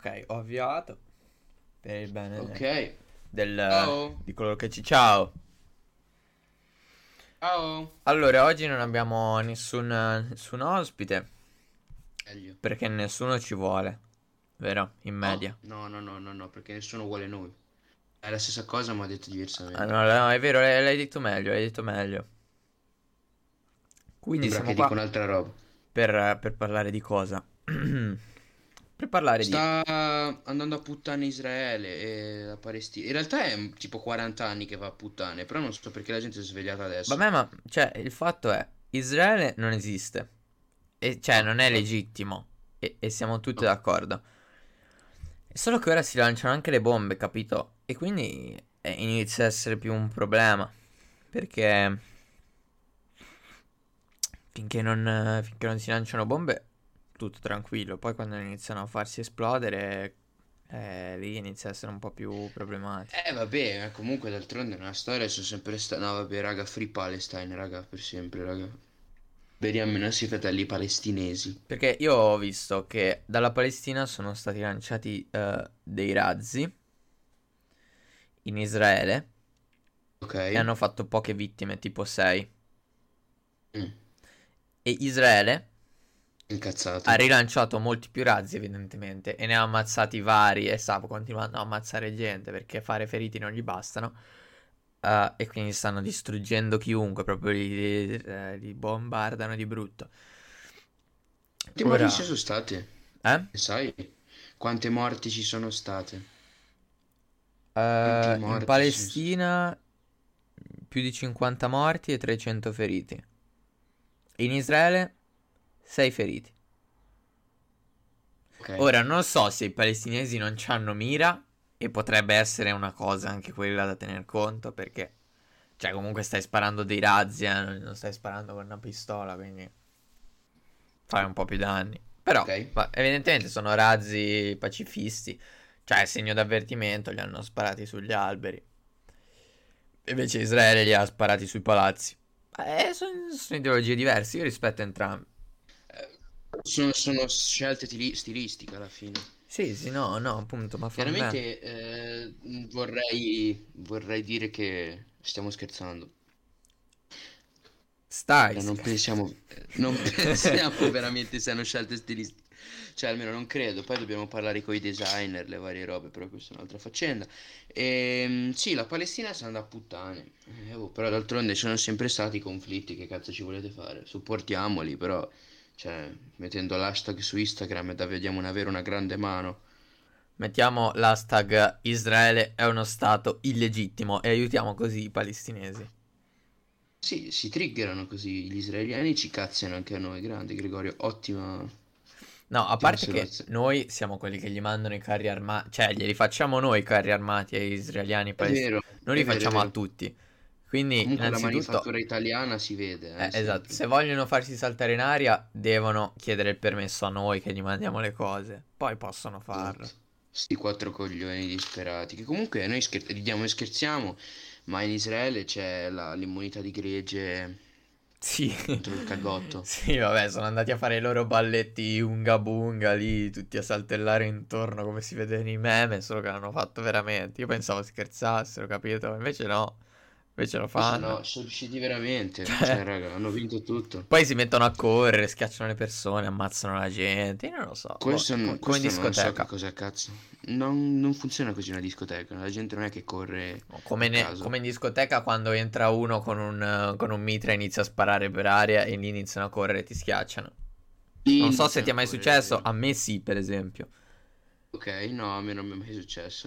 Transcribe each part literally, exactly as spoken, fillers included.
Ok, ho avviato per il bene Ok, de- del, ciao, di coloro che ci... Ciao! ciao. Allora, oggi non abbiamo nessun, nessun ospite, Meglio. perché nessuno ci vuole, vero? In No, media. no, no, no, no, no, perché nessuno vuole noi. È la stessa cosa, ma detto Ah, diversamente. no, no, è vero, l'hai, l'hai detto meglio, l'hai detto meglio. Quindi Sembra siamo che dico qua un'altra roba. per, per parlare di cosa? Per parlare di... Sta andando a puttane Israele e la Palestina. In realtà è mm, tipo quaranta anni che va a puttane, però non so perché la gente si è svegliata adesso. Vabbè, ma, cioè, il fatto è, Israele non esiste. E, cioè, No, non è esatto. legittimo. E, e siamo tutti No. d'accordo. È solo che ora si lanciano anche le bombe, capito? E quindi eh, inizia a essere più un problema. Perché finché non, eh, finché non si lanciano bombe, tutto tranquillo. Poi quando iniziano a farsi esplodere, eh, lì inizia a essere un po' più problematico. Eh vabbè, ma comunque d'altronde nella storia sono sempre stati... No vabbè raga, Free Palestine raga, per sempre raga. Vediamo i nostri fratelli palestinesi. Perché io ho visto che dalla Palestina sono stati lanciati eh, dei razzi in Israele Ok? e hanno fatto poche vittime, tipo sei. Mm, E Israele ha incazzato. rilanciato molti più razzi, evidentemente, e ne ha ammazzati vari e sta continuando a ammazzare gente perché fare feriti non gli bastano. Eh, e quindi stanno distruggendo chiunque, proprio li, eh, li bombardano di brutto. Quante morti ci Ora, sono state? eh? Sai? Quante morti ci sono state? Quanti Eh, in morti ci sono state? Palestina più di cinquanta morti e trecento feriti. In Israele sei feriti. Ok. Ora non so se i palestinesi non ci hanno mira e potrebbe essere una cosa anche quella da tener conto perché cioè comunque stai sparando dei razzi, eh, non stai sparando con una pistola, quindi fai un po' più danni. Però Ok. ma, evidentemente sono razzi pacifisti, cioè segno d'avvertimento, li hanno sparati sugli alberi. Invece Israele li ha sparati sui palazzi. Eh, sono, sono ideologie diverse, io rispetto entrambi. Eh, sono, sono scelte tili- stilistiche alla fine. Sì, sì, no, no, appunto, ma fan bene. Chiaramente eh, vorrei, vorrei dire che stiamo scherzando. Stai Cioè, non scherzando. pensiamo, eh, non pensiamo veramente siano scelte stilistiche. Cioè, almeno non credo. Poi dobbiamo parlare con i designer, le varie robe, però questa è un'altra faccenda. Ehm, sì, la Palestina sta andando a puttane. Eh, oh, però d'altronde ci sono sempre stati conflitti, che cazzo ci volete fare? Supportiamoli, però, cioè, mettendo l'hashtag su Instagram e da vediamo un avere una grande mano. Mettiamo l'hashtag Israele è uno stato illegittimo e aiutiamo così i palestinesi. Sì, si triggerano così gli israeliani, ci cazziano anche a noi. Grande Gregorio, ottima, No, a ottima parte che osservazione. noi siamo quelli che gli mandano i carri armati, cioè glieli facciamo noi i carri armati ai israeliani e È palestinesi, vero, noi li è vero, è facciamo a vero. tutti. Quindi, Comunque la innanzitutto, manifattura italiana si vede, eh, eh, esatto, sempre. se vogliono farsi saltare in aria, devono chiedere il permesso a noi che gli mandiamo le cose. Poi possono Esatto. farlo. Sti quattro coglioni disperati. Che comunque noi scher- ridiamo e scherziamo, ma in Israele c'è la- l'immunità di gregge Sì, contro il cagotto. sì, vabbè, sono andati a fare i loro balletti unga bunga lì, tutti a saltellare intorno come si vede nei meme, solo che l'hanno fatto veramente. Io pensavo scherzassero, capito? Invece no, invece lo Invece fanno. no, sono riusciti veramente. Cioè, Cioè, raga, hanno vinto tutto. poi si mettono a correre, schiacciano le persone, ammazzano la gente. Io non lo so, boh, Questo, come, n- come in questo non so che discoteca. cos'è, cazzo. Non, non funziona così una discoteca. La gente non è che corre O Come, a ne- caso. come in discoteca quando entra uno con un, eh, con un mitra e inizia a sparare per aria e lì iniziano a correre e ti schiacciano. Lì Non so se ti iniziano è a mai correre, è successo, vero. a me sì, per esempio. Ok, no, a me non mi è mai successo.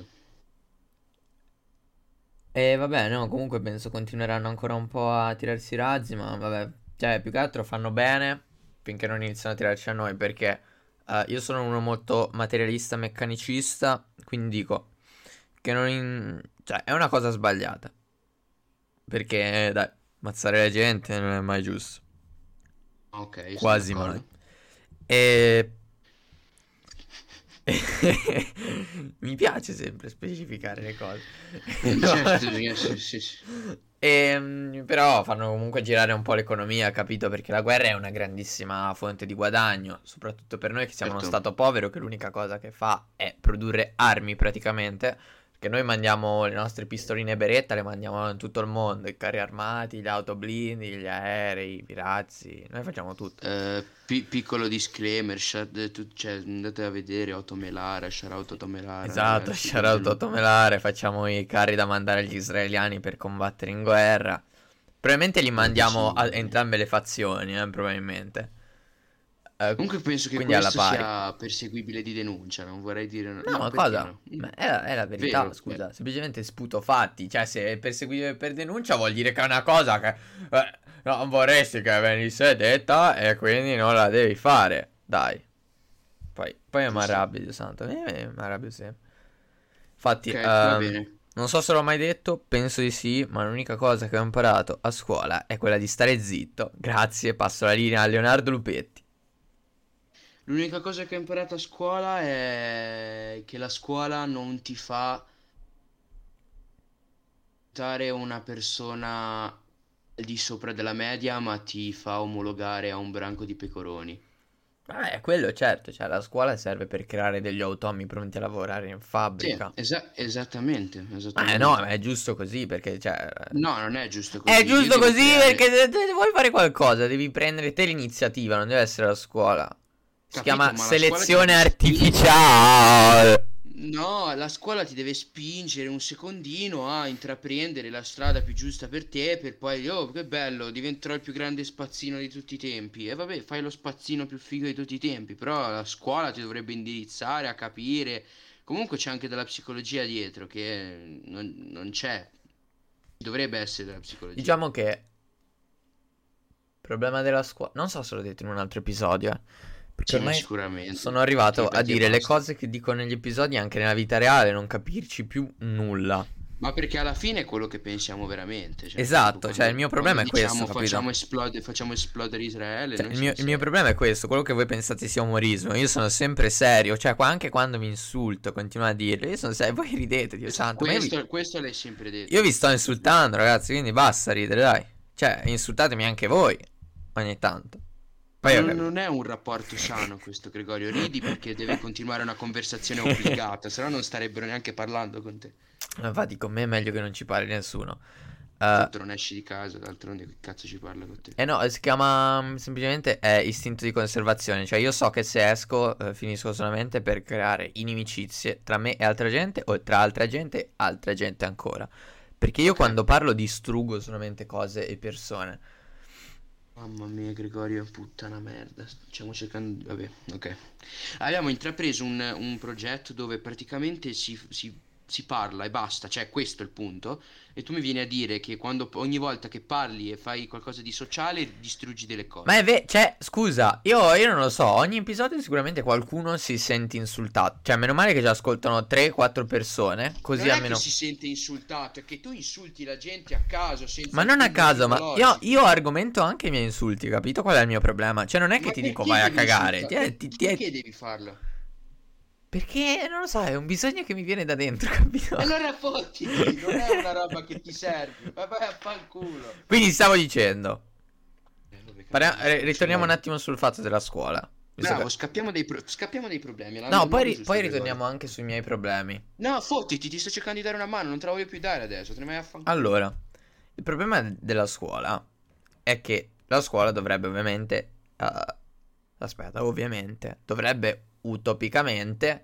E vabbè, no, comunque penso continueranno ancora un po' a tirarsi i razzi, ma vabbè, cioè, più che altro fanno bene finché non iniziano a tirarci a noi, perché eh, io sono uno molto materialista, meccanicista, quindi dico che non in... cioè, è una cosa sbagliata, perché dai, ammazzare la gente non è mai giusto, Ok, sono quasi mai. d'accordo. E Mi piace sempre specificare le cose. Eh, certo, sì, sì, sì. E, però fanno comunque girare un po' l'economia, capito? Perché la guerra è una grandissima fonte di guadagno, soprattutto per noi che siamo uno Certo. stato povero, che l'unica cosa che fa è produrre armi praticamente. Perché noi mandiamo le nostre pistoline Beretta, le mandiamo in tutto il mondo, i carri armati, gli autoblindi, gli aerei, i razzi, noi facciamo tutto. Eh, pi- piccolo disclaimer, shout- tu- cioè, andate a vedere Otto Melara, shoutout Otto Melara, Esatto, ragazzi, shoutout guardalo. Otto Melare, facciamo i carri da mandare agli israeliani per combattere in guerra. Probabilmente li Comunque mandiamo sì. a entrambe le fazioni, eh, probabilmente. Eh, Comunque penso che quindi alla questo pari. sia perseguibile di denuncia, non vorrei dire... No, No, ma perché cosa? no? Mm, Ma è la, è la verità, vero, eh, scusa. Semplicemente sputo fatti. Cioè, se è perseguibile per denuncia vuol dire che è una cosa che eh, non vorresti che venisse detta e quindi non la devi fare. Dai. Poi, poi mi giusto. arrabbio, Dio santo. Eh, mi arrabbio sempre. Infatti, Ok, va ehm, bene. non so se l'ho mai detto, penso di sì, ma l'unica cosa che ho imparato a scuola è quella di stare zitto. Grazie, passo la linea a Leonardo Lupetti. L'unica cosa che ho imparato a scuola è che la scuola non ti fa diventare una persona al di sopra della media, ma ti fa omologare a un branco di pecoroni. Vabbè, quello certo, cioè la scuola serve per creare degli automi pronti a lavorare in Sì, fabbrica. esa- esattamente, Ma eh, no, esattamente. ma è giusto così perché, cioè... No, non è giusto È così. Io giusto devo così creare... perché se, se vuoi fare qualcosa devi prendere te l'iniziativa, non deve essere la scuola. Si Capito, chiama ma la scuola ti deve selezione spingere. artificiale. No, la scuola ti deve spingere un secondino a intraprendere la strada più giusta per te, per poi, oh, che bello, diventerò il più grande spazzino di tutti i tempi. E vabbè, fai lo spazzino più figo di tutti i tempi, però la scuola ti dovrebbe indirizzare a capire. Comunque c'è anche della psicologia dietro, che non, non c'è. Dovrebbe essere della psicologia. Diciamo che il problema della scuola... Non so se l'ho detto in un altro episodio, eh. Perché Sì, ma ormai sono sicuramente. arrivato a Ripeti e dire le basta. cose che dico negli episodi anche nella vita reale, non capirci più nulla. Ma perché alla fine è quello che pensiamo veramente, cioè, tipo Esatto, cioè il quando, mio quando problema è questo, diciamo capito? facciamo esplodere, facciamo esplodere Israele, Cioè, noi il mio, siamo il mio seri. problema è questo, quello che voi pensate sia umorismo. Io sono sempre serio, cioè qua- anche quando mi insulto, continuo a dirlo. Io sono serio, voi ridete, Dio Questo, santo. Ma io vi, questo, questo l'hai sempre io detto. vi sto insultando, ragazzi, quindi basta ridere, dai. Cioè, insultatemi anche voi, ogni tanto. Ma Poi ho non, capito. non è un rapporto sano questo, Gregorio. Ridi perché deve continuare una conversazione obbligata, se no non starebbero neanche parlando con te. Infatti, con me è meglio che non ci parli nessuno. Eh, Tanto non esci di casa, d'altronde che cazzo ci parla con te? Eh no, si chiama mm, semplicemente è istinto di conservazione, cioè io so che se esco eh, finisco solamente per creare inimicizie tra me e altra gente o tra altra gente e altra gente ancora. Perché io Ok. quando parlo distruggo solamente cose e persone. Mamma mia, Gregorio, puttana merda. Stiamo cercando. Vabbè, ok. Abbiamo intrapreso un, un progetto dove praticamente si, si- si parla e basta, cioè questo è il punto. E tu mi vieni a dire che quando ogni volta che parli e fai qualcosa di sociale distruggi delle Ma è cose. vero, cioè, scusa, io, io non lo so, ogni episodio sicuramente qualcuno si sente insultato. Cioè, meno male che ci ascoltano tre quattro persone, così Non è che almeno... si sente insultato, è che tu insulti la gente a caso, senza Ma non a alcun caso, motivo ma io, logico. io argomento anche i miei insulti, capito? Qual è il mio problema? Cioè, non è che Ma ti dico perché vai a devi cagare, ti insultare? è- Per- ti- ti è- perché devi farlo? perché non lo so, è un bisogno che mi viene da dentro, capito? E allora fottiti, non è una roba che ti serve. Ma vai a fanculo. Quindi stavo dicendo, Eh, vabbè, parla- capisco, ri- ci ritorniamo un vuole. attimo sul fatto della scuola. Visto Bravo, che... scappiamo dei, pro- scappiamo dei problemi. È No, il poi, modo ri- giusto, poi Gregorio. ritorniamo anche sui miei problemi. No, fottiti, ti sto cercando di dare una mano, non te la voglio più dare adesso, te ne vai a fanculo. Allora, il problema della scuola è che la scuola dovrebbe ovviamente... eh, aspetta, ovviamente, dovrebbe utopicamente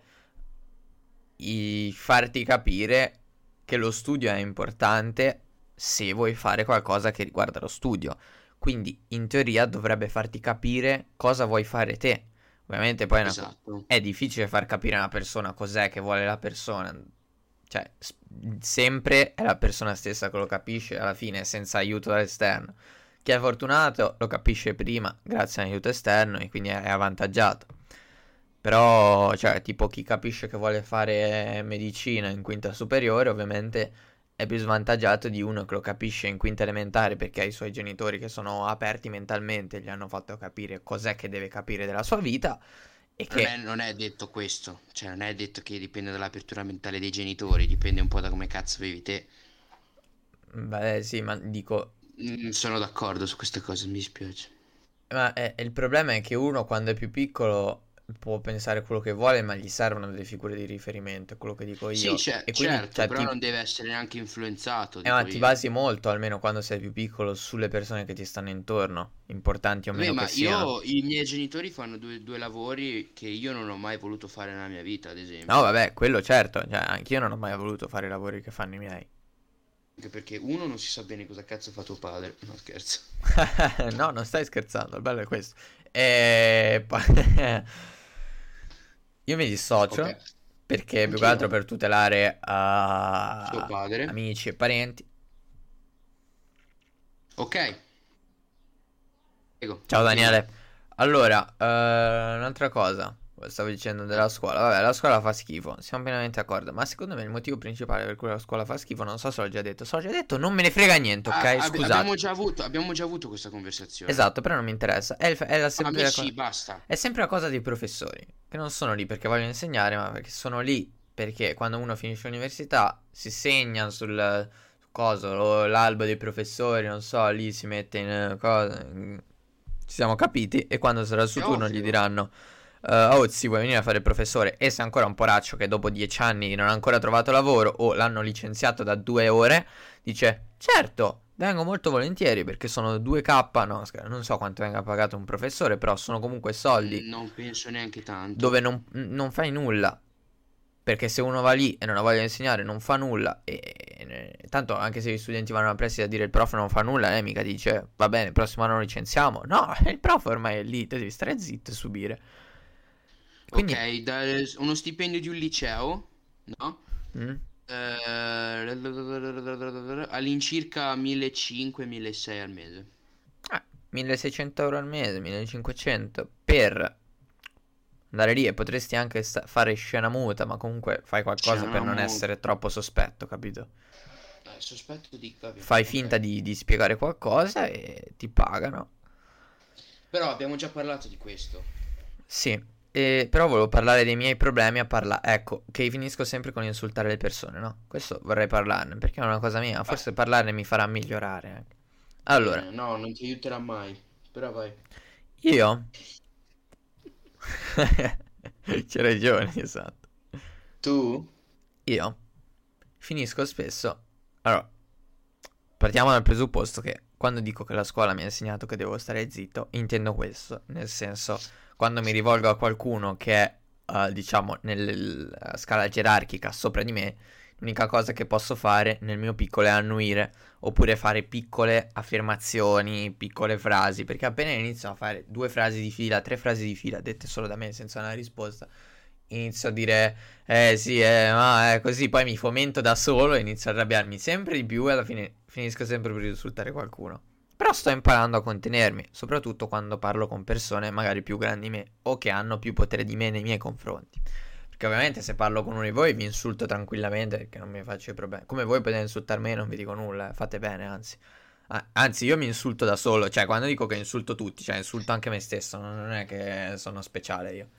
i- farti capire che lo studio è importante se vuoi fare qualcosa che riguarda lo studio. Quindi, in teoria, dovrebbe farti capire cosa vuoi fare te. Ovviamente, poi è, una co- Esatto. è difficile far capire a una persona cos'è che vuole la persona. Cioè, s- sempre è la persona stessa che lo capisce alla fine, senza aiuto dall'esterno. Chi è fortunato lo capisce prima, grazie all'aiuto esterno, e quindi è è avvantaggiato. Però, cioè, tipo chi capisce che vuole fare medicina in quinta superiore, ovviamente è più svantaggiato di uno che lo capisce in quinta elementare perché ha i suoi genitori che sono aperti mentalmente, gli hanno fatto capire cos'è che deve capire della sua vita E Non che, è, non è detto questo, cioè non è detto che dipende dall'apertura mentale dei genitori, dipende un po' da come cazzo vivi te. beh, sì, ma dico, Mm, sono d'accordo su queste cose, mi dispiace. ma è- è il problema è che uno quando è più piccolo può pensare quello che vuole, ma gli servono delle figure di riferimento, è quello che dico Sì, io. c'è- E quindi, certo, cioè, però ti, non deve essere neanche influenzato, eh, ma dico ti io. basi molto, almeno quando sei più piccolo, sulle persone che ti stanno intorno, importanti o Vabbè, meno che ma siano. io, i miei genitori fanno due, due lavori che io non ho mai voluto fare nella mia vita, ad No, esempio. vabbè, quello certo, cioè, anch'io non ho mai voluto fare i lavori che fanno i miei. Anche perché uno non si sa bene cosa cazzo fa tuo padre, no scherzo. No, non stai scherzando, il bello è questo. E poi io mi Ok, dissocio perché più che altro anch'io, per tutelare suo ah, padre. amici e parenti. Ok, prego, Ciao continua. Daniele. Allora, eh, un'altra cosa. Stavo dicendo Eh, della scuola. Vabbè, la scuola fa schifo, siamo pienamente d'accordo. Ma secondo me il motivo principale per cui la scuola fa schifo, non so se l'ho già detto. Se l'ho già detto, non me ne frega niente, a- ok? ab- Scusate. abbiamo già avuto, abbiamo già avuto questa conversazione. Esatto, però non mi interessa. È, il- è la A sempre me la sì, cosa. basta. È sempre la cosa dei professori, che non sono lì perché vogliono insegnare, ma perché sono lì perché quando uno finisce l'università si segna sul su coso, lo- l'albo dei professori, non so, lì si mette in eh, cosa. in- Ci siamo capiti e quando sarà il suo È turno gli ovvio. diranno eh, oh, sì, vuoi venire a fare il professore? E se è ancora un poraccio che dopo dieci anni non ha ancora trovato lavoro o l'hanno licenziato da due ore, dice certo. Vengo molto volentieri perché sono due K, no, scher- non so quanto venga pagato un professore, però sono comunque soldi Mm, non penso neanche dove tanto. non, non fai nulla. Perché se uno va lì e non ha voglia di insegnare, non fa nulla. E, e- tanto anche se gli studenti vanno a prestiti a dire il prof non fa nulla, eh, mica dice va bene, il prossimo anno lo licenziamo. No, il prof ormai è lì, te devi stare zitto e subire. Quindi, Ok, da- uno stipendio di un liceo, no? mm, Eh, all'incirca millecinquecento-milleseicento al mese. ah, milleseicento euro al mese, millecinquecento per andare lì e potresti anche sta- fare scena muta, ma comunque fai C'è qualcosa per una non mo... essere troppo sospetto, capito? eh, sospetto di... Vabbè, Fai finta ok. di, di spiegare qualcosa e ti pagano. Però abbiamo già parlato di questo. Sì, e- però volevo parlare dei miei problemi a parlare. Ecco, che finisco sempre con insultare le persone, no? Questo vorrei parlarne perché è una cosa mia. Ah, Forse parlarne mi farà migliorare anche. Allora, bene, no, non ti aiuterà mai. Però vai. io. C'hai ragione, esatto. Tu? Io finisco spesso. Allora, partiamo dal presupposto che quando dico che la scuola mi ha insegnato che devo stare zitto, intendo questo. Nel senso, quando mi rivolgo a qualcuno che è, eh, diciamo, nella scala gerarchica sopra di me, l'unica cosa che posso fare nel mio piccolo è annuire. Oppure fare piccole affermazioni, piccole frasi. Perché appena inizio a fare due frasi di fila, tre frasi di fila, dette solo da me senza una risposta, inizio a dire eh sì, eh, ma è così, poi mi fomento da solo e inizio a arrabbiarmi sempre di più e alla fine finisco sempre per insultare qualcuno. Però sto imparando a contenermi, soprattutto quando parlo con persone magari più grandi di me o che hanno più potere di me nei miei confronti. Perché ovviamente se parlo con uno di voi vi insulto tranquillamente perché non mi faccio i problemi. Come voi potete insultarmi e non vi dico nulla, eh, fate bene, anzi. Ah, anzi, io mi insulto da solo, cioè quando dico che insulto tutti, cioè insulto anche me stesso, non è che sono speciale io.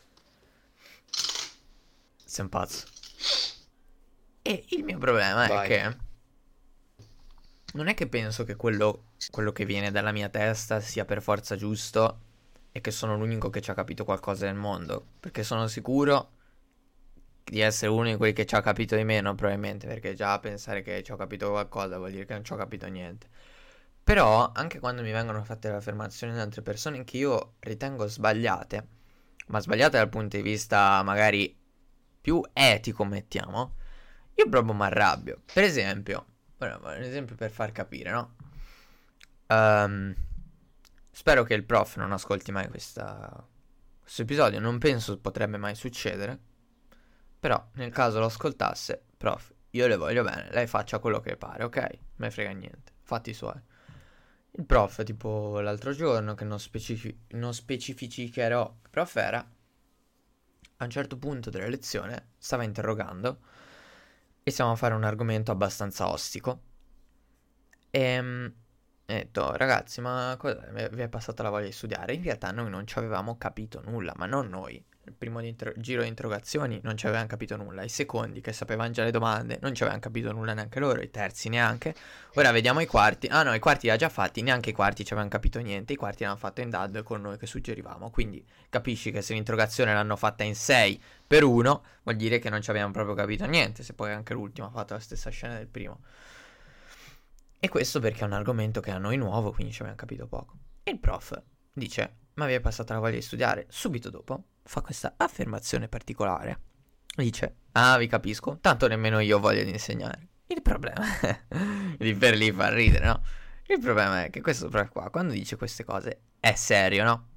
Sei un pazzo. E il mio problema è Vai. che non è che penso che quello, quello che viene dalla mia testa sia per forza giusto e che sono l'unico che ci ha capito qualcosa del mondo. Perché sono sicuro di essere uno di quelli che ci ha capito di meno, probabilmente. Perché già pensare che ci ho capito qualcosa vuol dire che non ci ho capito niente. Però, anche quando mi vengono fatte le affermazioni da altre persone che io ritengo sbagliate, ma sbagliate dal punto di vista magari più etico, mettiamo, io proprio mi arrabbio. Per esempio, ora, un esempio per far capire, no? Ehm, spero che il prof non ascolti mai questa, questo episodio, non penso potrebbe mai succedere, però nel caso lo ascoltasse, prof, io le voglio bene, lei faccia quello che pare, ok? Me frega niente, fatti i suoi. Il prof, tipo l'altro giorno, che non, specifi- non specificherò che prof era, a un certo punto della lezione stava interrogando e stiamo a fare un argomento abbastanza ostico. Ehm, E ho detto, ragazzi, ma cosa, vi vi è passata la voglia di studiare? In realtà noi non ci avevamo capito nulla, ma non noi. Il primo di intro- giro di interrogazioni non ci avevano capito nulla, i secondi che sapevano già le domande non ci avevano capito nulla neanche loro, i terzi neanche. Ora vediamo i quarti. Ah no, i quarti li ha già fatti, neanche i quarti ci avevano capito niente, i quarti l'hanno fatto in D A D con noi che suggerivamo. Quindi capisci che se l'interrogazione l'hanno fatta in sei per uno, vuol dire che non ci avevamo proprio capito niente, se poi anche l'ultimo ha fatto la stessa scena del primo. E questo perché è un argomento che a noi nuovo, quindi ci abbiamo capito poco. E il prof dice, ma vi è passata la voglia di studiare? Subito dopo fa questa affermazione particolare. Dice, ah vi capisco, tanto nemmeno io ho voglia di insegnare. Il problema è, lì per lì fa ridere, no? Il problema è che questo prof qua, quando dice queste cose, è serio, no?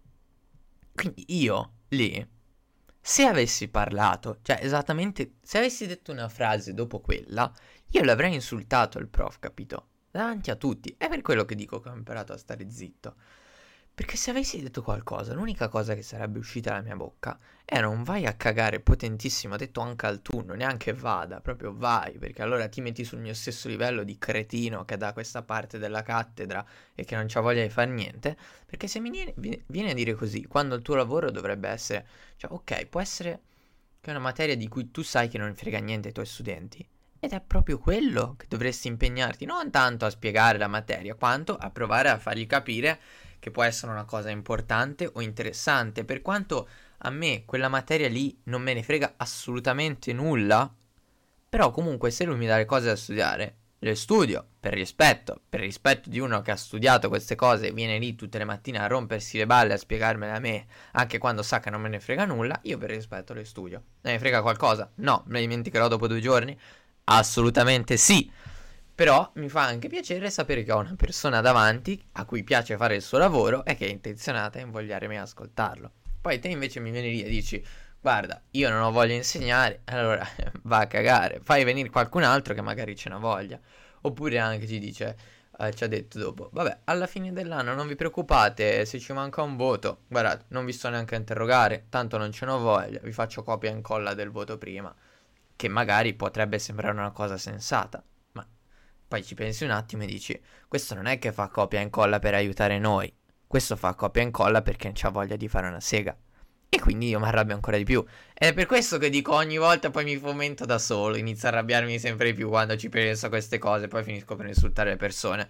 Quindi io, lì, se avessi parlato, cioè esattamente, se avessi detto una frase dopo quella, io l'avrei insultato il prof, capito? Davanti a tutti. È per quello che dico che ho imparato a stare zitto. Perché se avessi detto qualcosa, l'unica cosa che sarebbe uscita dalla mia bocca era un vai a cagare potentissimo, detto anche al tu, non neanche vada, proprio vai, perché allora ti metti sul mio stesso livello di cretino che è da questa parte della cattedra e che non c'ha voglia di fare niente, perché se mi viene, viene a dire così, quando il tuo lavoro dovrebbe essere, cioè ok, può essere che è una materia di cui tu sai che non frega niente ai tuoi studenti, ed è proprio quello che dovresti impegnarti, non tanto a spiegare la materia, quanto a provare a fargli capire che può essere una cosa importante o interessante. Per quanto a me quella materia lì non me ne frega assolutamente nulla, però comunque se lui mi dà le cose da studiare, le studio per rispetto, per rispetto di uno che ha studiato queste cose e viene lì tutte le mattine a rompersi le balle, a spiegarmele a me, anche quando sa che non me ne frega nulla, io per rispetto le studio. Me ne frega qualcosa? No, me ne dimenticherò dopo due giorni? Assolutamente sì. Però mi fa anche piacere sapere che ho una persona davanti a cui piace fare il suo lavoro e che è intenzionata a invogliarmi a ascoltarlo. Poi te invece mi vieni lì e dici, guarda, io non ho voglia di insegnare, allora va a cagare, fai venire qualcun altro che magari ce n'ha voglia. Oppure anche ci dice, eh, ci ha detto dopo, vabbè, alla fine dell'anno non vi preoccupate, se ci manca un voto, guardate, non vi sto neanche a interrogare, tanto non ce n'ho voglia, vi faccio copia e incolla del voto prima, che magari potrebbe sembrare una cosa sensata, ma poi ci pensi un attimo e dici, questo non è che fa copia e incolla per aiutare noi, questo fa copia e incolla perché non c'ha voglia di fare una sega. E quindi io mi arrabbio ancora di più. Ed è per questo che dico ogni volta poi mi fomento da solo, inizio a arrabbiarmi sempre di più quando ci penso a queste cose, poi finisco per insultare le persone.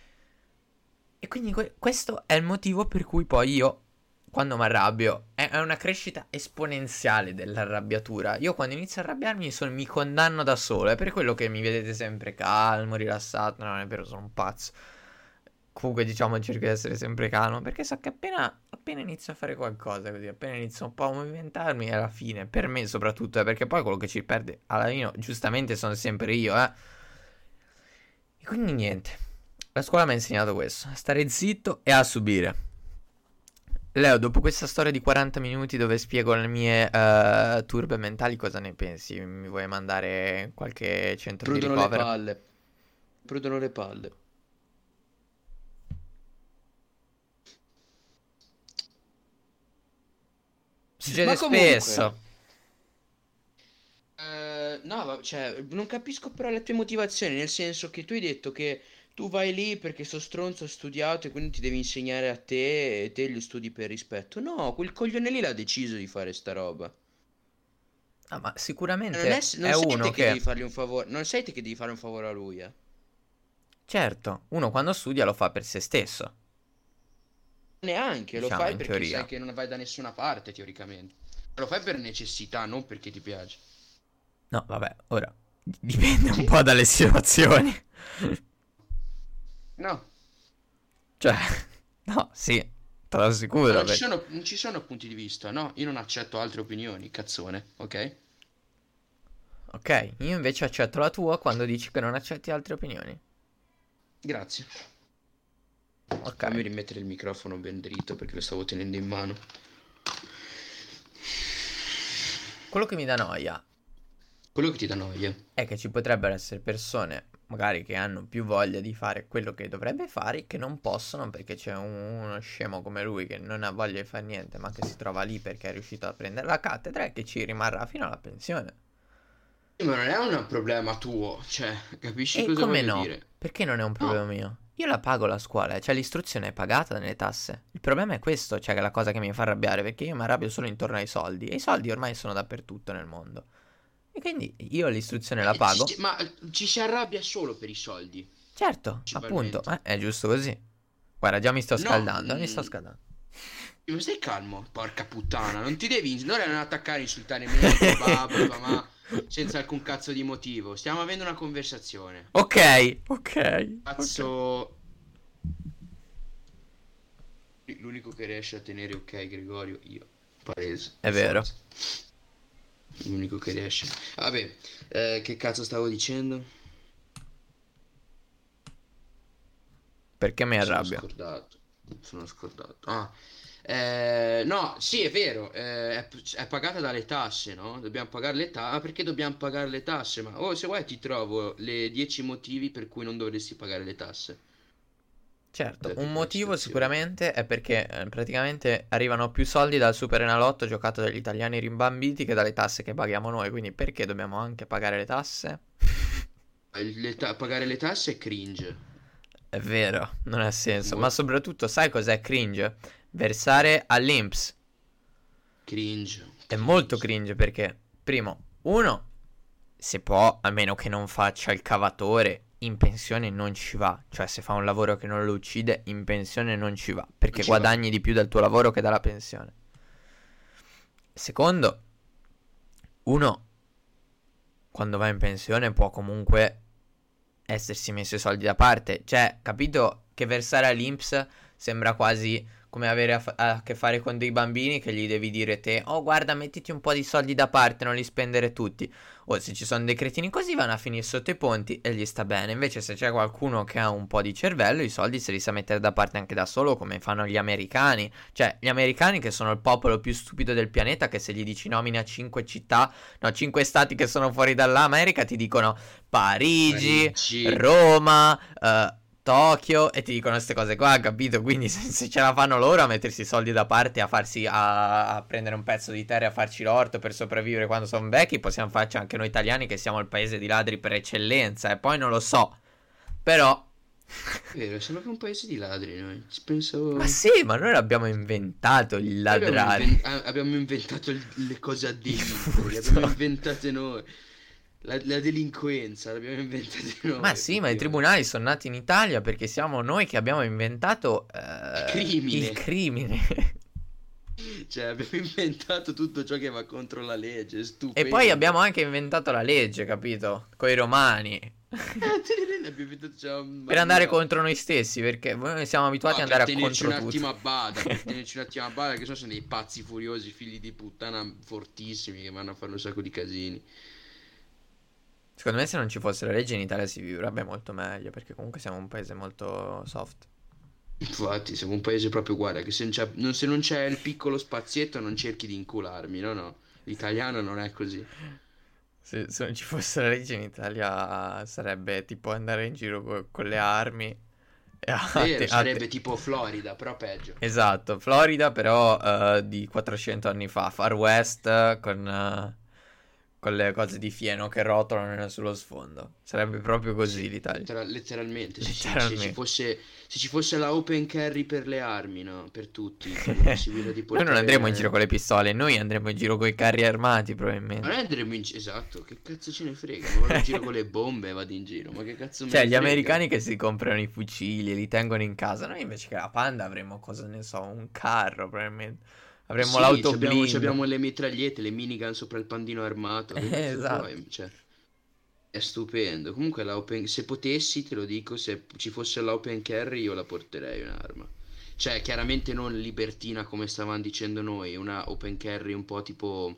E quindi que- questo è il motivo per cui poi io, quando mi arrabbio, è, è una crescita esponenziale dell'arrabbiatura. Io quando inizio a arrabbiarmi sono, mi condanno da solo. È per quello che mi vedete sempre calmo, rilassato. No, non è vero, sono un pazzo. Comunque diciamo cerco di essere sempre calmo, perché so che appena, appena inizio a fare qualcosa così, appena inizio un po' a movimentarmi, è la fine. Per me soprattutto, eh, perché poi quello che ci perde alla fine, giustamente sono sempre io, eh. E quindi niente. La scuola mi ha insegnato questo, a stare zitto e a subire. Leo, dopo questa storia di quaranta minuti dove spiego le mie uh, turbe mentali, cosa ne pensi? Mi vuoi mandare in qualche centro di Prudono le ricovero? palle. Prudono le palle. Succede Ma comunque, spesso. eh, no, va- cioè, non capisco però le tue motivazioni, nel senso che tu hai detto che tu vai lì perché so stronzo, ho studiato e quindi ti devi insegnare a te e te li studi per rispetto. No, quel coglione lì l'ha deciso di fare sta roba. Ah, ma Non è, sicuramente non è sei te uno che devi che, fargli un favore, non sei te che devi fare un favore a lui, eh. certo, uno quando studia lo fa per se stesso, Neanche, lo diciamo fai in perché sai teoria. che non vai da nessuna parte, teoricamente. Lo fai per necessità, non perché ti piace. No, vabbè, ora d- dipende un Sì? po' dalle situazioni. No. Cioè, no, sì, te lo Ma assicuro. non ci perché- sono, non ci sono punti di vista, no? Io non accetto altre opinioni, cazzone, ok? Ok, io invece accetto la tua quando dici che non accetti altre opinioni. Grazie. Ok. Fammi rimettere il microfono ben dritto perché lo stavo tenendo in mano. Quello che mi dà noia Quello che ti dà noia. è che ci potrebbero essere persone, magari che hanno più voglia di fare quello che dovrebbe fare, che non possono perché c'è un- uno scemo come lui che non ha voglia di fare niente, ma che si trova lì perché è riuscito a prendere la cattedra e che ci rimarrà fino alla pensione. Sì, ma non è un problema tuo, cioè, capisci E cosa come voglio no? dire? Perché non è un problema No, mio? Io la pago la scuola, cioè l'istruzione è pagata nelle tasse. Il problema è questo, cioè che è la cosa che mi fa arrabbiare, perché io mi arrabbio solo intorno ai soldi, e i soldi ormai sono dappertutto nel mondo. E quindi io l'istruzione la Eh, ci pago. si- ma ci si arrabbia solo per i soldi, Certo, appunto, principalmente. ma è giusto così. Guarda, già mi sto No, scaldando, mi sto mm, scaldando. ma stai calmo, porca puttana, non ti devi, non è non attaccare, insultare me, tuo babbo, tua mamma, senza alcun cazzo di motivo. Stiamo avendo una conversazione. Ok, ok, ok. Cazzo, l'unico che riesce a tenere ok, Gregorio, io. Palese, È per vero. forza. L'unico che riesce. Vabbè, eh, che cazzo stavo dicendo? Perché mi Mi sono arrabbio? scordato. Mi sono scordato. Ah. Eh, no, sì, è vero, eh, è, è pagata dalle tasse, no? Dobbiamo pagare le tasse. Ah, perché dobbiamo pagare le tasse? Ma oh, se vuoi ti trovo le dieci motivi per cui non dovresti pagare le tasse. Certo, Dati un con la motivo situazione. sicuramente è perché eh, praticamente arrivano più soldi dal Super Enalotto giocato dagli italiani rimbambiti che dalle tasse che paghiamo noi, quindi perché dobbiamo anche pagare le tasse? Le ta- pagare le tasse è cringe. È vero, non ha senso, ma Molto soprattutto sai cos'è cringe? Versare all'I N P S. cringe. È molto Cringe. cringe perché, primo, uno, se può, a meno che non faccia il cavatore, in pensione non ci va. Cioè, se fa un lavoro che non lo uccide, in pensione non ci va. Non Perché ci va. guadagni di più dal tuo lavoro che dalla pensione. Secondo, uno, quando va in pensione può comunque essersi messo i soldi da parte. Cioè, capito che versare all'I N P S sembra quasi come avere a, fa- a che fare con dei bambini che gli devi dire te, oh guarda, mettiti un po' di soldi da parte, non li spendere tutti. O se ci sono dei cretini così vanno a finire sotto i ponti e gli sta bene. Invece se c'è qualcuno che ha un po' di cervello, i soldi se li sa mettere da parte anche da solo, come fanno gli americani. Cioè, gli americani che sono il popolo più stupido del pianeta, che se gli dici nomina cinque città, no, cinque stati che sono fuori dall'America, ti dicono Parigi, Parigi. Roma, eh, Tokyo e ti dicono queste cose qua, capito? Quindi se, se ce la fanno loro a mettersi i soldi da parte, a farsi a, a prendere un pezzo di terra e a farci l'orto per sopravvivere quando sono vecchi, possiamo farci anche noi italiani che siamo il paese di ladri per eccellenza. E poi non lo so, però. È vero, siamo proprio un paese di ladri noi. Ci Ma pensavo. sì, ma noi l'abbiamo inventato il Noi abbiamo, ladrare. inven- ah, abbiamo inventato il- le cose a Il delinquere, le abbiamo furto. inventate noi. La, la delinquenza l'abbiamo inventate noi, Ma sì, ma i effettivamente. tribunali sono nati in Italia perché siamo noi che abbiamo inventato Il eh, il crimine. crimine. Cioè, abbiamo inventato tutto ciò che va contro la legge, è E poi stupendo. abbiamo anche inventato la legge, capito? Coi romani. Eh, te ne abbiamo inventato, cioè, Per andare mamma. contro noi stessi, perché noi siamo abituati No, ad per andare a tenerci un contro tutto. attimo a bada, per tenerci un attimo a bada, che so, sono dei pazzi furiosi, figli di puttana fortissimi che vanno a fare un sacco di casini. Secondo me se non ci fosse la legge in Italia si vivrebbe molto meglio, perché comunque siamo un paese molto soft. Infatti, siamo un paese proprio, guarda, che se non c'è, non- se non c'è il piccolo spazietto non cerchi di incularmi, no, no. L'italiano non è così. Se, se non ci fosse la legge in Italia sarebbe tipo andare in giro co- con le armi. E a te- Vero, a te- sarebbe tipo Florida, però peggio. Esatto, Florida però eh, di quattrocento anni fa, Far West eh, con, eh, con le cose di fieno che rotolano sullo sfondo. Sarebbe proprio così Sì, l'Italia. lettera- letteralmente, se ci, se ci Letteralmente. fosse, se ci fosse la open carry per le armi, no? Per tutti, per la possibilità di Noi non andremo in giro portare. con le pistole, noi andremo in giro con i carri armati Ma noi probabilmente. andremo in giro, esatto, che cazzo ce ne frega? Ma vado in giro con le bombe, vado in giro, ma che cazzo me Cioè, ne gli frega? americani che si comprano i fucili e li tengono in casa, noi invece che la Panda avremo, cosa ne so, un carro probabilmente. Avremmo Sì, ci l'auto abbiamo, ci blindo. abbiamo le mitragliette, le minigun sopra il pandino armato, che cazzo Esatto. vuoi? Cioè, è stupendo. Comunque, la open... se potessi, te lo dico, se ci fosse l'open carry io la porterei un'arma. Cioè, chiaramente non libertina come stavamo dicendo noi, una open carry un po' tipo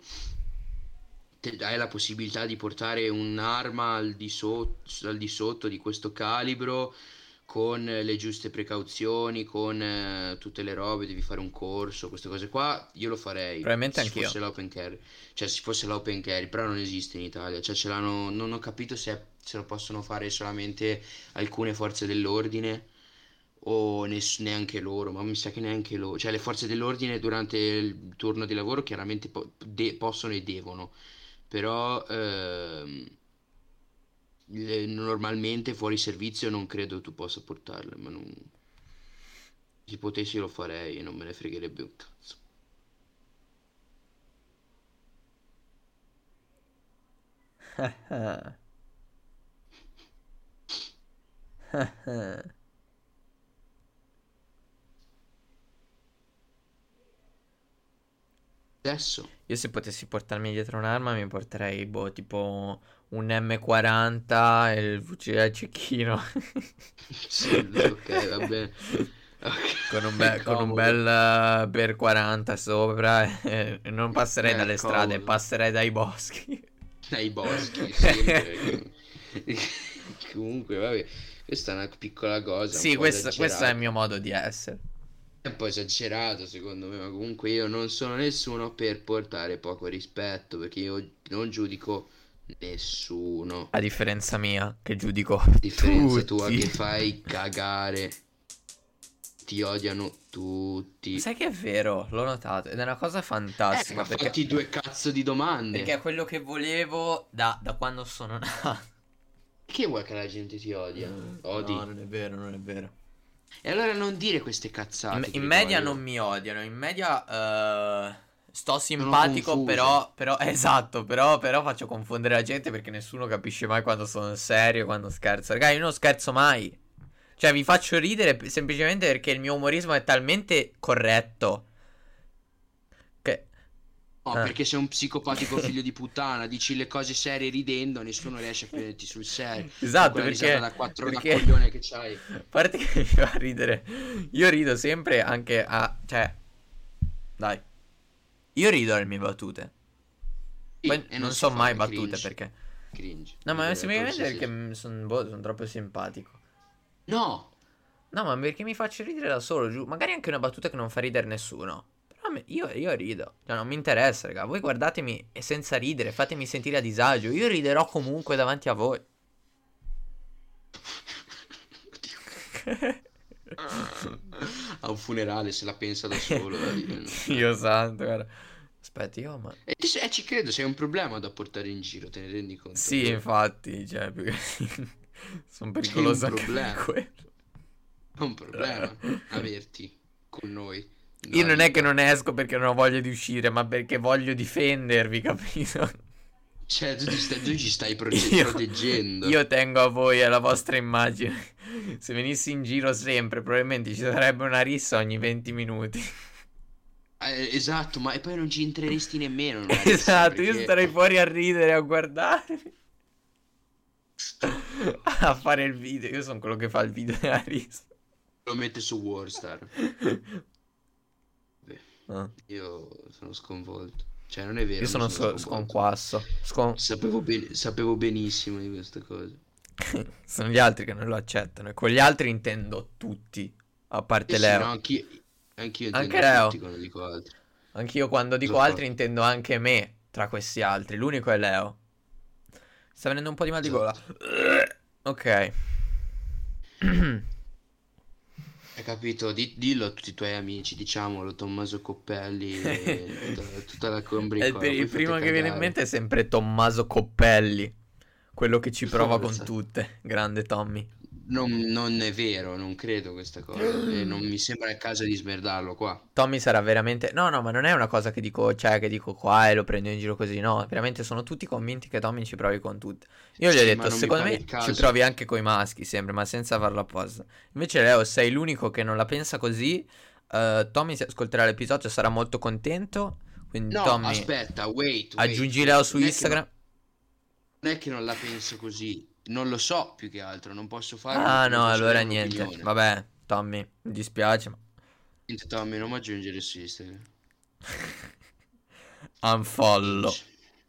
te- hai la possibilità di portare un'arma al di, so- al di sotto di questo calibro con eh, le giuste precauzioni, con eh, tutte le robe, devi fare un corso, queste cose qua, io lo farei Probabilmente se ci anch'io. fosse l'open carry, cioè se ci fosse l'open carry, però non esiste in Italia, cioè ce l'hanno, non ho capito se, se lo possono fare solamente alcune forze dell'ordine o ness- neanche loro, ma mi sa che neanche loro, cioè le forze dell'ordine durante il turno di lavoro chiaramente po- de- possono e devono, però ehm, Le- normalmente fuori servizio non credo tu possa portarle, ma non... se potessi lo farei e non me ne fregherebbe un cazzo. Adesso, Io se potessi portarmi dietro un'arma mi porterei, boh, tipo un emme quaranta e il fucile a cecchino. sì, ok, va bene. Con un, Ok, be- con un comodo. bel eh, per quaranta sopra e e non passerei Eh, dalle strade, comodo. passerei dai boschi. Nei boschi, sempre. Comunque, vabbè, questa è una piccola cosa, un Sì, po' questo, questo è il esagerata. mio modo di essere. È un po' esagerato secondo me, ma comunque io non sono nessuno per portare poco rispetto, perché io non giudico nessuno. A differenza mia, che giudico Differenza tua tutti. che fai cagare, ti odiano tutti. Sai che è vero, l'ho notato ed è una cosa Eh, fantastica ma perché, fatti due cazzo di perché è domande. quello che volevo da, da quando sono nato. Che vuoi che la gente ti odia? No, Odi. non è vero, non è vero. E allora non dire queste In, cazzate, in media non Gregorio. mi odiano, in media eh, sto Sono simpatico, confuse. però, però, esatto, però, però faccio confondere la gente perché nessuno capisce mai quando sono serio, quando scherzo. Raga, io non scherzo mai. Cioè, vi faccio ridere p- semplicemente perché il mio umorismo è talmente corretto che... No, eh. perché sei un psicopatico figlio di puttana, dici le cose serie ridendo, nessuno riesce a prenderti sul serio. Con Esatto, quella risata perché... da quattro da Perché... coglione che c'hai. A parte che mi fa ridere, io rido sempre anche a... Cioè, dai, io rido alle mie battute. Poi Sì, e non non si so fa, mai è battute cringe. perché... Cringe. No, ma Ridere semplicemente qualsiasi... perché sono boh, son troppo simpatico. No! No, ma perché mi faccio ridere da solo, giù. Magari anche una battuta che non fa ridere nessuno. Però a me- io, io rido. Cioè, non mi interessa, raga. Voi guardatemi e senza ridere, fatemi sentire a disagio. Io riderò comunque davanti a voi. A un funerale se la pensa da solo, Davide. Dio santo, guarda. Aspetta, io ma... E ti- eh, ci credo, sei un problema da portare in giro, te ne rendi conto? Sì, infatti, cioè, più che... sono Sei un pericoloso anche per problema, quello. è un problema averti con noi Io nella non è che vita. non esco perché non ho voglia di uscire, ma perché voglio difendervi, capito? Cioè, tu, ti stai, tu ci stai proge- Io, proteggendo. io tengo a voi e alla vostra immagine. Se venissi in giro sempre, probabilmente ci sarebbe una rissa ogni venti minuti. Eh, esatto, ma e poi non ci entreresti nemmeno in una rissa, Esatto, io perché starei fuori a ridere, a guardarvi. A fare il video. Io sono quello che fa il video della rissa. lo mette su Warstar. Beh, Ah. io sono sconvolto. Cioè, non è Io vero, non sono sono so- sconvolto. sconquasso. Scon- Sapevo, ben- sapevo benissimo di questa cosa. sono gli altri che non lo accettano. E con gli altri intendo tutti. A Eh parte sì, no, Leo. anch'io, anch'io Anche intendo tutti Leo. quando dico altri. Anch'io quando Cosa dico ho altri fatto? intendo anche me tra questi altri. L'unico è Leo. Sta venendo un po' di mal di gola. Esatto. Ok. Hai capito? Di- dillo a tutti i tuoi amici, diciamolo, Tommaso Coppelli e tutta, tutta la E il, combricola. per- il Voi fate primo che viene in cagare. mente è sempre Tommaso Coppelli. Quello che ci Per prova con forza. tutte. Grande Tommy. Non, non è vero, non credo questa cosa. E non mi sembra il caso di smerdarlo qua. Tommy sarà veramente... No, no, ma non è una cosa che dico, cioè, che dico qua e lo prendo in giro così. No, veramente sono tutti convinti che Tommy ci provi con tutte. Io gli ho Sì, ma detto, non mi secondo pare me il ci caso. provi anche coi maschi, sempre, ma senza farlo apposta. Invece Leo, sei l'unico che non la pensa così. Eh, Tommy si ascolterà l'episodio, sarà molto contento. Quindi No, Tommy, aspetta, wait, wait, aggiungi Leo wait. su Non è che non, Instagram. non è che non la penso così. Non lo so più che altro. Non posso farlo Ah perché non no, posso allora avere niente. un'opinione. Vabbè, Tommy, mi dispiace, ma... Niente, Tommy, non mi aggiungere su Instagram. Unfollow. Cringe.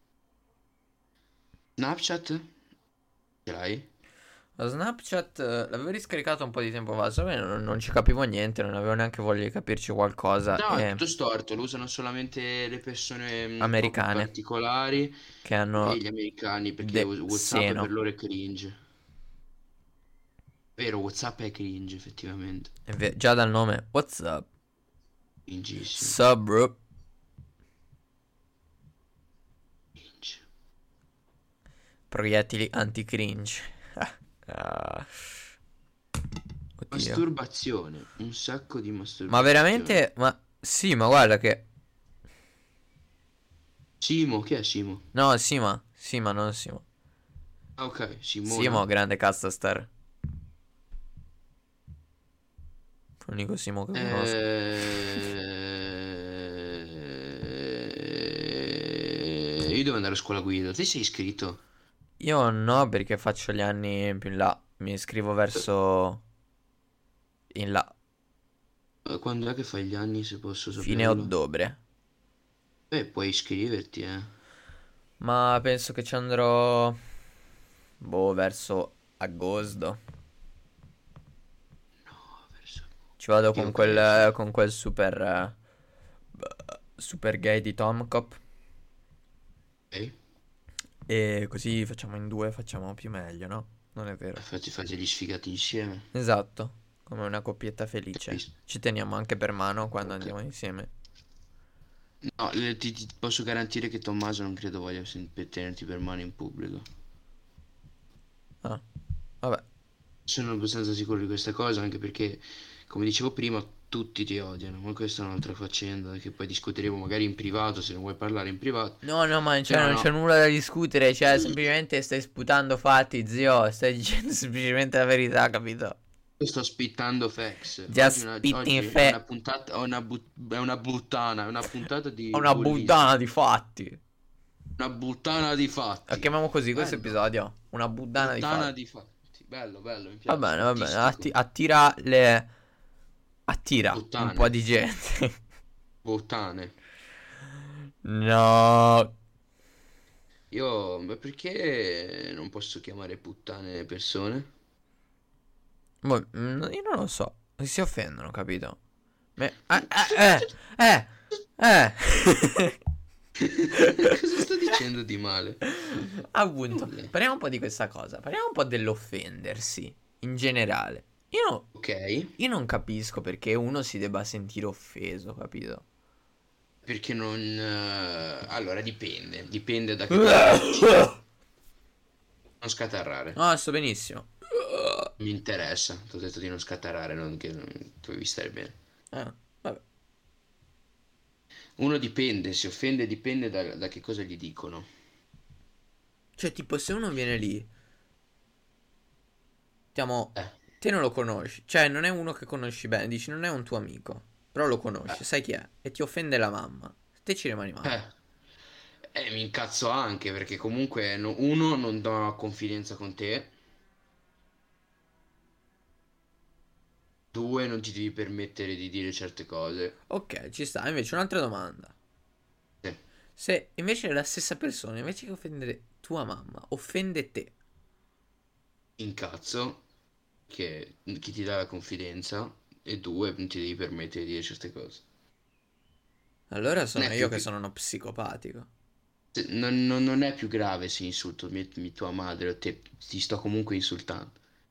Snapchat? Ce l'hai? Lo Snapchat eh, l'avevo riscaricato un po' di tempo fa, solo che non, non ci capivo niente, non avevo neanche voglia di capirci qualcosa. No, è E tutto storto. Lo usano solamente le persone mm, un po' più americane particolari che e hanno gli americani perché de- WhatsApp per seno. loro è cringe. Vero, WhatsApp è cringe, effettivamente. È ve- già dal nome, what's up? Cringissimo. Sup, bro? Cringe. Proiettili anti-cringe. Ah. Oddio. Masturbazione, un sacco di Ma masturbazione. veramente? Ma sì, ma guarda che... Simo, chi è Simo? No, Sima. Sima, non Simo. Ah, ok, Simo, Simona. grande castastar. L'unico Simo che conosco. Eh... Io devo andare a scuola guida. Te sei iscritto? Io no, perché faccio gli anni più in là. Mi iscrivo verso... in là. Eh, Quando è che fai gli anni, se posso Fine saperlo? ottobre. Eh, puoi iscriverti, eh. Ma penso che ci andrò... boh, verso agosto. No, verso... Ci vado Io con ok, sì. quel, con quel super... eh, super gay di Tomcop. Ok. E così facciamo in due, facciamo più meglio, no? Non è vero? Fate, fate gli sfigati insieme. Esatto, come una coppietta felice. Capisco. Ci teniamo anche per mano quando Ok. andiamo insieme. No, le- ti, ti posso garantire che Tommaso non credo voglia sen- per tenerti per mano in pubblico. Ah, vabbè. Sono abbastanza sicuro di questa cosa, anche perché, come dicevo prima, tutti ti odiano. Ma questa è un'altra faccenda che poi discuteremo magari in privato, se non vuoi parlare in privato. No, no, ma cioè, Però non c'è no. nulla da discutere, cioè semplicemente stai sputando fatti, zio, stai dicendo semplicemente la verità, capito? Io sto spittando Fex. Oggi, Just una- spitting oggi è una fat. puntata, è una, but- è una buttana, è una puntata Ho di una bullismo. buddana di fatti. Una buttana di La fatti. chiamiamo così questo Bello. episodio. Una buddana di Buttana fatti. di fatti. Bello, bello, mi Va piace. bene, va bene. Atti- Artistico. attira le... Attira un po' Buttane. di gente. Buttane. No. Io, ma perché non posso chiamare puttane le persone? Boh, mm, io non lo so. Si offendono, capito? Me- eh, eh, eh, eh, eh. Cosa sto dicendo di male? Appunto, Nulla. parliamo un po' di questa cosa. Parliamo un po' dell'offendersi in generale. Io, no- Ok, io non capisco perché uno si debba sentire offeso, capito? perché non... eh, Allora, dipende. Dipende da che cosa dici. Non scatarrare. No, sto benissimo. Mi interessa. Ti ho detto di non scatarrare, non che non... tu devi stare bene. Ah, vabbè. Uno dipende, si offende, dipende da, da che cosa gli dicono. Cioè, tipo, se uno viene lì, diciamo, Eh, te non lo conosci. Cioè, non è uno che conosci bene. Dici, non è un tuo amico. Però lo eh, conosci, sai chi è. E ti offende la mamma. Te ci rimani male. eh. Eh, mi incazzo anche perché comunque no- uno non dà confidenza con te, due non ti devi permettere di dire certe cose. Ok, ci sta. Invece, un'altra domanda. Sì. Se invece la stessa persona, invece che offendere tua mamma, offende te. Incazzo che chi ti dà la confidenza e due non ti devi permettere di dire certe cose. Allora Non sono è io più, che pi- sono uno psicopatico. se- non, non- non è più grave se insulto mi- mi- tua madre o te, ti sto comunque insultando.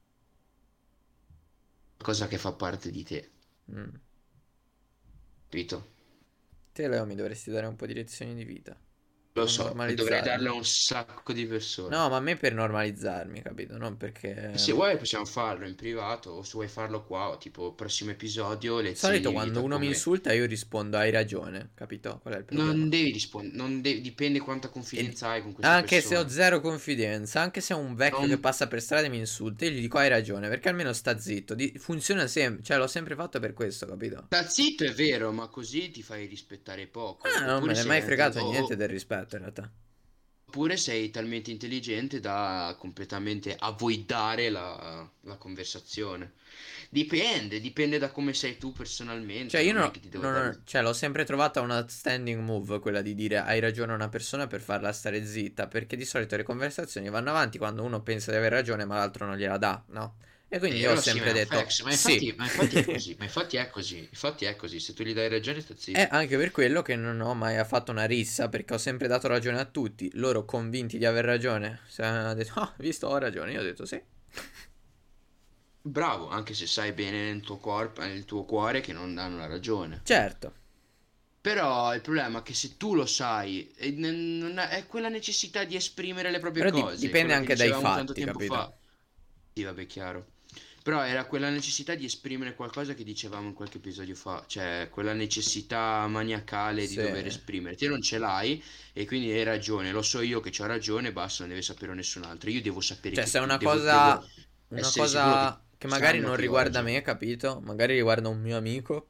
Cosa che fa parte di te, Mm. capito? Te, Leo, mi dovresti dare un po' di lezioni di vita. Lo Per so, e dovrei normalizzarmi. darle a un sacco di persone. No, ma a me per normalizzarmi, capito? Non E se perché... vuoi possiamo farlo in privato o se vuoi farlo qua, o tipo prossimo episodio, Di solito lezioni di quando vita uno mi come... insulta io rispondo hai ragione, capito? Qual è il problema? Non devi rispondere, non devi, dipende quanta E di- confidenza hai con questa Anche se ho persona. zero confidenza, anche se è un vecchio che Non... passa per strada e mi insulta, io gli dico hai ragione, perché almeno sta zitto. Di- funziona sempre, cioè l'ho sempre fatto per questo, capito? Sta zitto è vero, ma così ti fai rispettare poco. Ah, non me Oppure ne è sei, mai anche- fregato o- niente o- del rispetto in realtà. oppure sei talmente intelligente da completamente avoidare la, la conversazione. Dipende, dipende da come sei tu Cioè personalmente, io non è no, che ti devo non dare... ho- cioè, l'ho sempre trovata una standing move, quella di dire hai ragione a una persona per farla stare zitta, perché di solito le conversazioni vanno avanti quando uno pensa di aver ragione ma l'altro non gliela dà, no? E quindi io ho Vero, sì, ma sempre è un detto fax, ma sì. infatti, ma infatti è così, ma infatti è così, infatti è così, se tu gli dai ragione sta È zitto. anche per quello che non ho mai fatto una rissa, perché ho sempre dato ragione a tutti, loro convinti di aver ragione. Se hanno detto, ah, visto, ho ragione, io ho detto sì. Bravo, anche se sai bene nel tuo corpo, nel tuo cuore che non danno la ragione. Certo. Però il problema è che se tu lo sai, e n- non è, è quella necessità di esprimere le proprie Però di- cose, dipende quella che anche dai dicevamo tanto fatti, tempo capito? fa. Sì, vabbè, chiaro. Però era quella necessità di esprimere qualcosa che dicevamo in qualche episodio fa, cioè quella necessità maniacale di Sì. dover esprimere. Te non ce l'hai e quindi hai ragione, lo so io che ho ragione, basta, non deve sapere nessun altro. Io devo sapere Cioè, che se è tu, una devo, devo cosa, una essere sicuro che cosa tutti che magari sanno non che io ho riguarda ragione. me, capito? Magari riguarda un mio amico,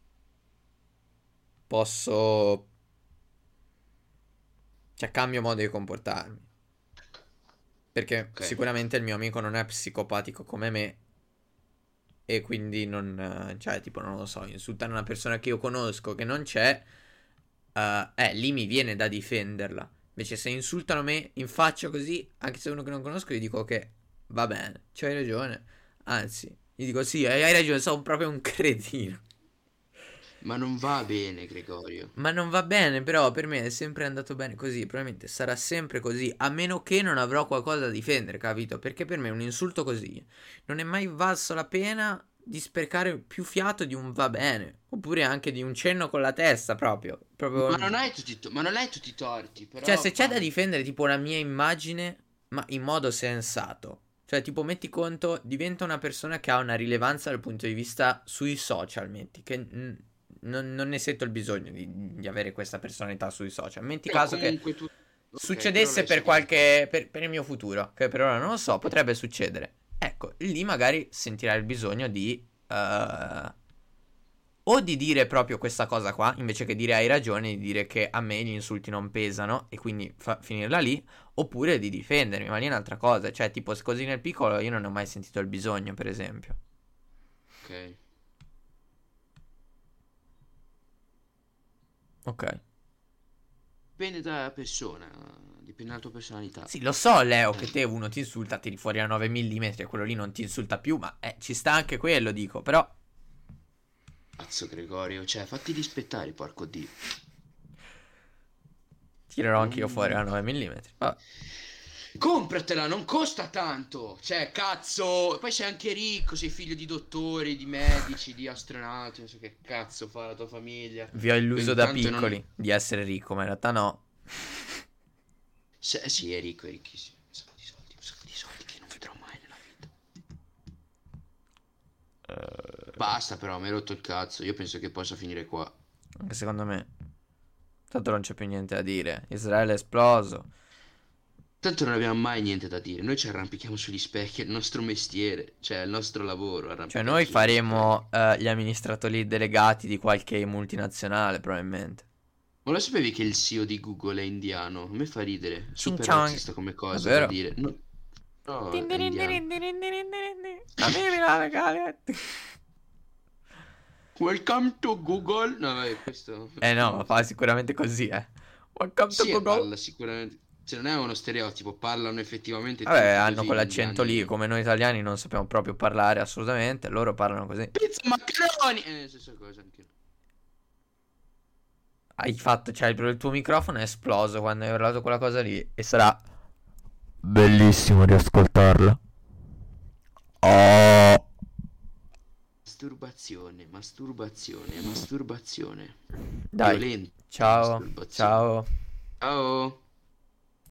posso, cioè, cambio modo di comportarmi. Perché Ok. sicuramente il mio amico non è psicopatico come me e quindi non, eh, cioè, tipo, non lo so, insultare una persona che io conosco che non c'è, eh, eh, lì mi viene da difenderla. Invece se insultano me in faccia così, anche se è uno che non conosco, gli dico che va bene, c'hai ragione. Anzi, gli dico sì, hai hai ragione, sono proprio un cretino. Ma non va bene, Gregorio. Ma non va bene, però per me è sempre andato bene così. Probabilmente sarà sempre così, a meno che non avrò qualcosa da difendere, capito? Perché per me un insulto così non è mai valso la pena di sprecare più fiato di un va bene. Oppure anche di un cenno con la testa, proprio. Ma Proprio. non hai tutti, i to- ma non hai tutti i torti, Cioè, però se c'è da va. difendere, tipo, la mia immagine, ma in modo sensato. Cioè, tipo, metti conto, diventa una persona che ha una rilevanza dal punto di vista sui social, metti, che mm, non, non ne sento il bisogno di, di avere questa personalità sui social. Metti Però caso che comunque tu. Ok, però succedesse lei per sa cosa fa. qualche, per, per il mio futuro, che per ora non lo so, potrebbe succedere. Ecco, lì magari sentirai il bisogno di... eh, o di dire proprio questa cosa qua, invece che dire hai ragione, di dire che a me gli insulti non pesano e quindi fa- finirla lì, oppure di difendermi, ma lì è un'altra cosa, cioè tipo così nel piccolo io non ne ho mai sentito il bisogno, per esempio. Ok. Ok. Dipende dalla persona, dipende dalla tua personalità. Sì, lo so, Leo, che Eh, te uno ti insulta, tiri fuori a nove millimetri e quello lì non ti insulta più, ma eh, ci sta anche quello, dico, però cazzo, Gregorio, cioè, fatti rispettare, porco Dio. tirerò anch'io fuori Non. a nove millimetri. Vabbè. Compratela, non costa tanto. Cioè, cazzo, poi sei anche ricco, sei figlio di dottori, di medici, di astronauti, non so che cazzo fa la tua famiglia. Vi ho illuso Quindi da tanto non. piccoli di essere ricco, ma in realtà no. Se- eh sì, è ricco, è ricchissimo. Un sacco di soldi, un sacco di soldi che non vedrò mai nella vita. Basta però, mi hai rotto il cazzo. Io penso che possa finire qua. Anche secondo me. Tanto non c'è più niente da dire. Israele è esploso. Tanto non abbiamo mai niente da dire. Noi ci arrampichiamo sugli specchi, è il nostro mestiere, cioè è il nostro lavoro, Cioè arrampicarsi noi sugli specchi. faremo eh, gli amministratori delegati di qualche multinazionale, probabilmente. Ma lo sapevi che il C E O di Google è indiano? A me fa ridere, Ching super chong. razzista come cosa da Davvero? dire. No, no, Din è din din indiano. din din din din din. Avevi la legale. Welcome to Google. No, vabbè, questo. Eh no, ma fa sicuramente così, eh. Welcome to Sì, e Google. parla sicuramente. Cioè, non è uno stereotipo, parlano effettivamente Vabbè, tutti hanno così gli quell'accento lì, indiani. come noi italiani non sappiamo proprio parlare assolutamente, loro parlano così. Pizza maccheroni! Eh, stessa cosa anche io. Hai fatto, cioè il il tuo microfono è esploso quando hai urlato quella cosa lì e sarà bellissimo riascoltarla. Oh. Masturbazione, masturbazione, masturbazione. Dai, Violenta ciao, masturbazione. ciao. Ciao.